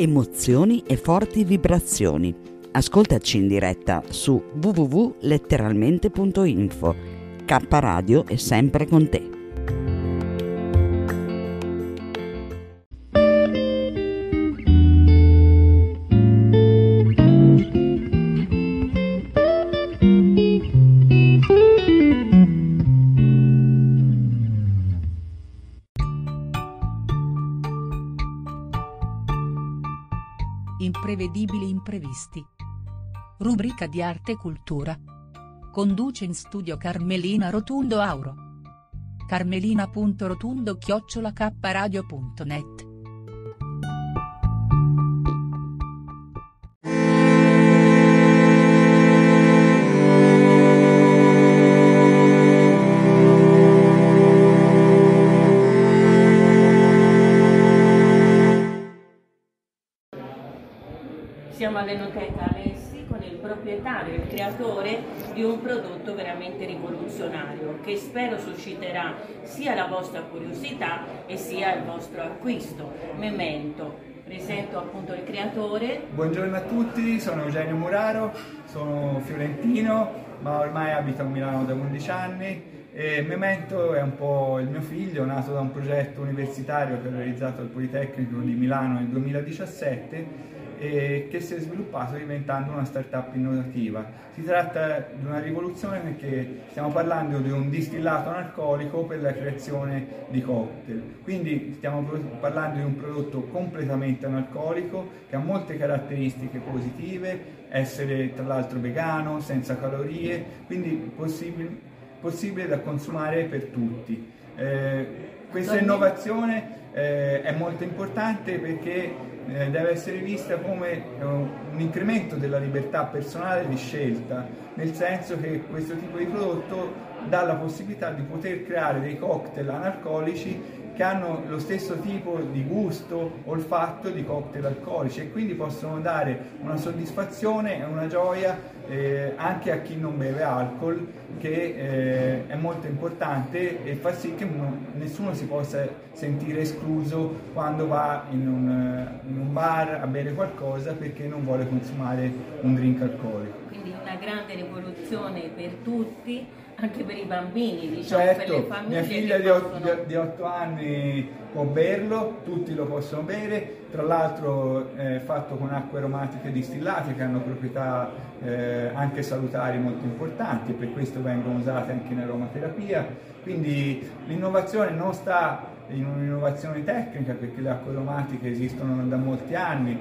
emozioni e forti vibrazioni. Ascoltaci in diretta su www.letteralmente.info. K Radio è sempre con te. Imprevedibili imprevisti. Rubrica di arte e cultura. Conduce in studio Carmelina Rotundo Auro. carmelina.rotundo@kradio.net. Siamo all'Enoteca Alessi con il proprietario, il creatore di un prodotto veramente rivoluzionario che spero susciterà sia la vostra curiosità e sia il vostro acquisto. Memento, presento appunto il creatore. Buongiorno a tutti, sono Eugenio Muraro, sono fiorentino ma ormai abito a Milano da 11 anni e Memento è un po' il mio figlio, nato da un progetto universitario che ho realizzato al Politecnico di Milano nel 2017 e che si è sviluppato diventando una startup innovativa. Si tratta di una rivoluzione perché stiamo parlando di un distillato analcolico per la creazione di cocktail, quindi stiamo parlando di un prodotto completamente analcolico che ha molte caratteristiche positive, essere tra l'altro vegano, senza calorie, quindi possibile da consumare per tutti. Questa innovazione è molto importante perché deve essere vista come un incremento della libertà personale di scelta, nel senso che questo tipo di prodotto dà la possibilità di poter creare dei cocktail analcolici che hanno lo stesso tipo di gusto, olfatto di cocktail alcolici e quindi possono dare una soddisfazione e una gioia anche a chi non beve alcol, che è molto importante e fa sì che nessuno si possa sentire escluso quando va in un bar a bere qualcosa perché non vuole consumare un drink alcolico. Quindi una grande rivoluzione per tutti, anche per i bambini, diciamo, certo, per le famiglie. Mia figlia di 8 anni può berlo, tutti lo possono bere, tra l'altro fatto con acque aromatiche distillate che hanno proprietà anche salutari molto importanti e per questo vengono usate anche in aromaterapia, quindi l'innovazione non sta in un'innovazione tecnica perché le acque aromatiche esistono da molti anni,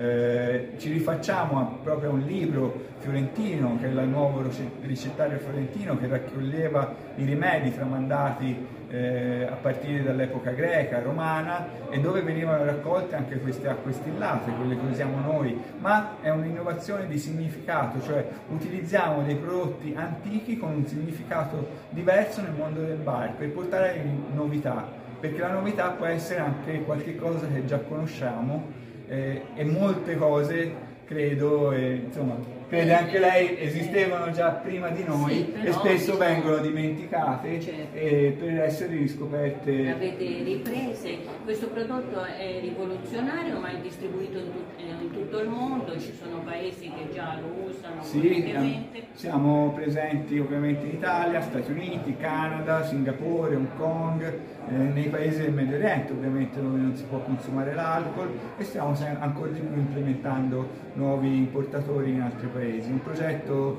ci rifacciamo proprio a un libro fiorentino che è il nuovo ricettario fiorentino che raccoglieva i rimedi tramandati a partire dall'epoca greca, romana e dove venivano raccolte anche queste acque stillate, quelle che usiamo noi, ma è un'innovazione di significato, cioè utilizziamo dei prodotti antichi con un significato diverso nel mondo del bar per portare novità, perché la novità può essere anche qualche cosa che già conosciamo e molte cose credo, crede anche lei, esistevano già prima di noi, sì, e spesso vengono dimenticate, certo, per essere riscoperte. Avete riprese, questo prodotto è rivoluzionario ma è distribuito in tutto il mondo, ci sono paesi che già lo usano. Sì, siamo presenti ovviamente in Italia, Stati Uniti, Canada, Singapore, Hong Kong, nei paesi del Medio Oriente ovviamente dove non si può consumare l'alcol e stiamo ancora di più implementando nuovi importatori in altri paesi. Un progetto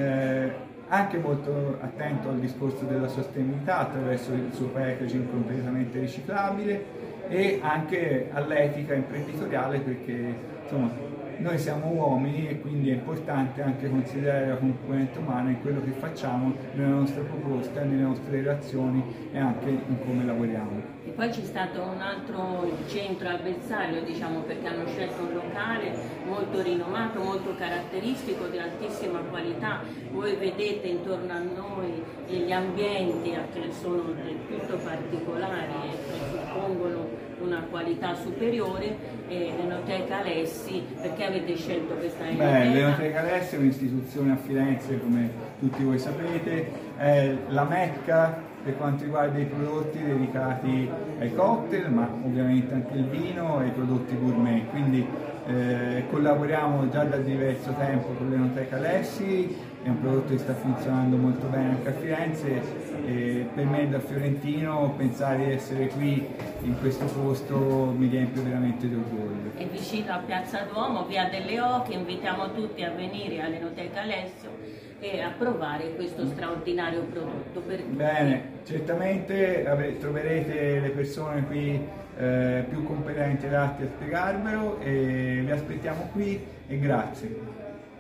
anche molto attento al discorso della sostenibilità attraverso il suo packaging completamente riciclabile e anche all'etica imprenditoriale perché insomma noi siamo uomini e quindi è importante anche considerare la componente umana in quello che facciamo, nella nostra proposta, nelle nostre relazioni e anche in come lavoriamo. E poi c'è stato un altro centro al Bersaglio, diciamo, perché hanno scelto un locale molto rinomato, molto caratteristico, di altissima qualità. Voi vedete intorno a noi gli ambienti che sono del tutto particolari e presuppongono una qualità superiore. L'Enoteca Alessi, perché avete scelto questa enoteca? L'Enoteca Alessi è un'istituzione a Firenze, come tutti voi sapete, è la mecca per quanto riguarda i prodotti dedicati ai cocktail, ma ovviamente anche il vino e i prodotti gourmet. Quindi collaboriamo già da diverso tempo con l'Enoteca Lessi, è un prodotto che sta funzionando molto bene anche a Firenze, e per me da fiorentino pensare di essere qui in questo posto mi riempie veramente di orgoglio. È vicino a Piazza Duomo, via delle Oche, invitiamo tutti a venire all'Enoteca Alessio e a provare questo straordinario prodotto. Bene, certamente troverete le persone qui più competenti e adatti a spiegarvelo, e vi aspettiamo qui e grazie.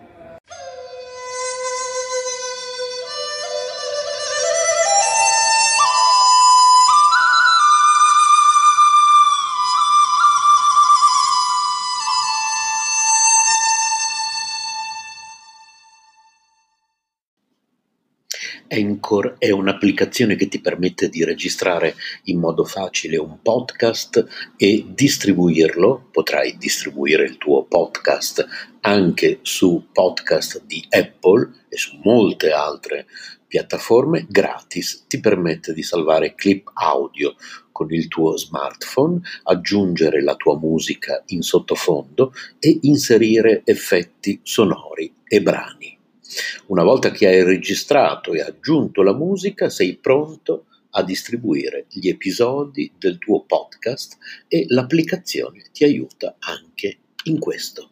Anchor è un'applicazione che ti permette di registrare in modo facile un podcast e distribuirlo. Potrai distribuire il tuo podcast anche su podcast di Apple e su molte altre piattaforme gratis. Ti permette di salvare clip audio con il tuo smartphone, aggiungere la tua musica in sottofondo e inserire effetti sonori e brani. Una volta che hai registrato e aggiunto la musica, sei pronto a distribuire gli episodi del tuo podcast e l'applicazione ti aiuta anche in questo.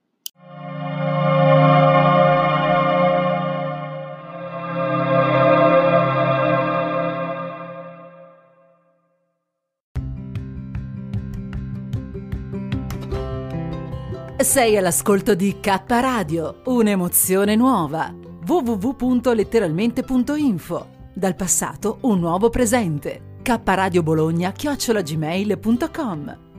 Sei all'ascolto di K Radio, un'emozione nuova. www.letteralmente.info. Dal passato un nuovo presente. kradiobologna@gmail.com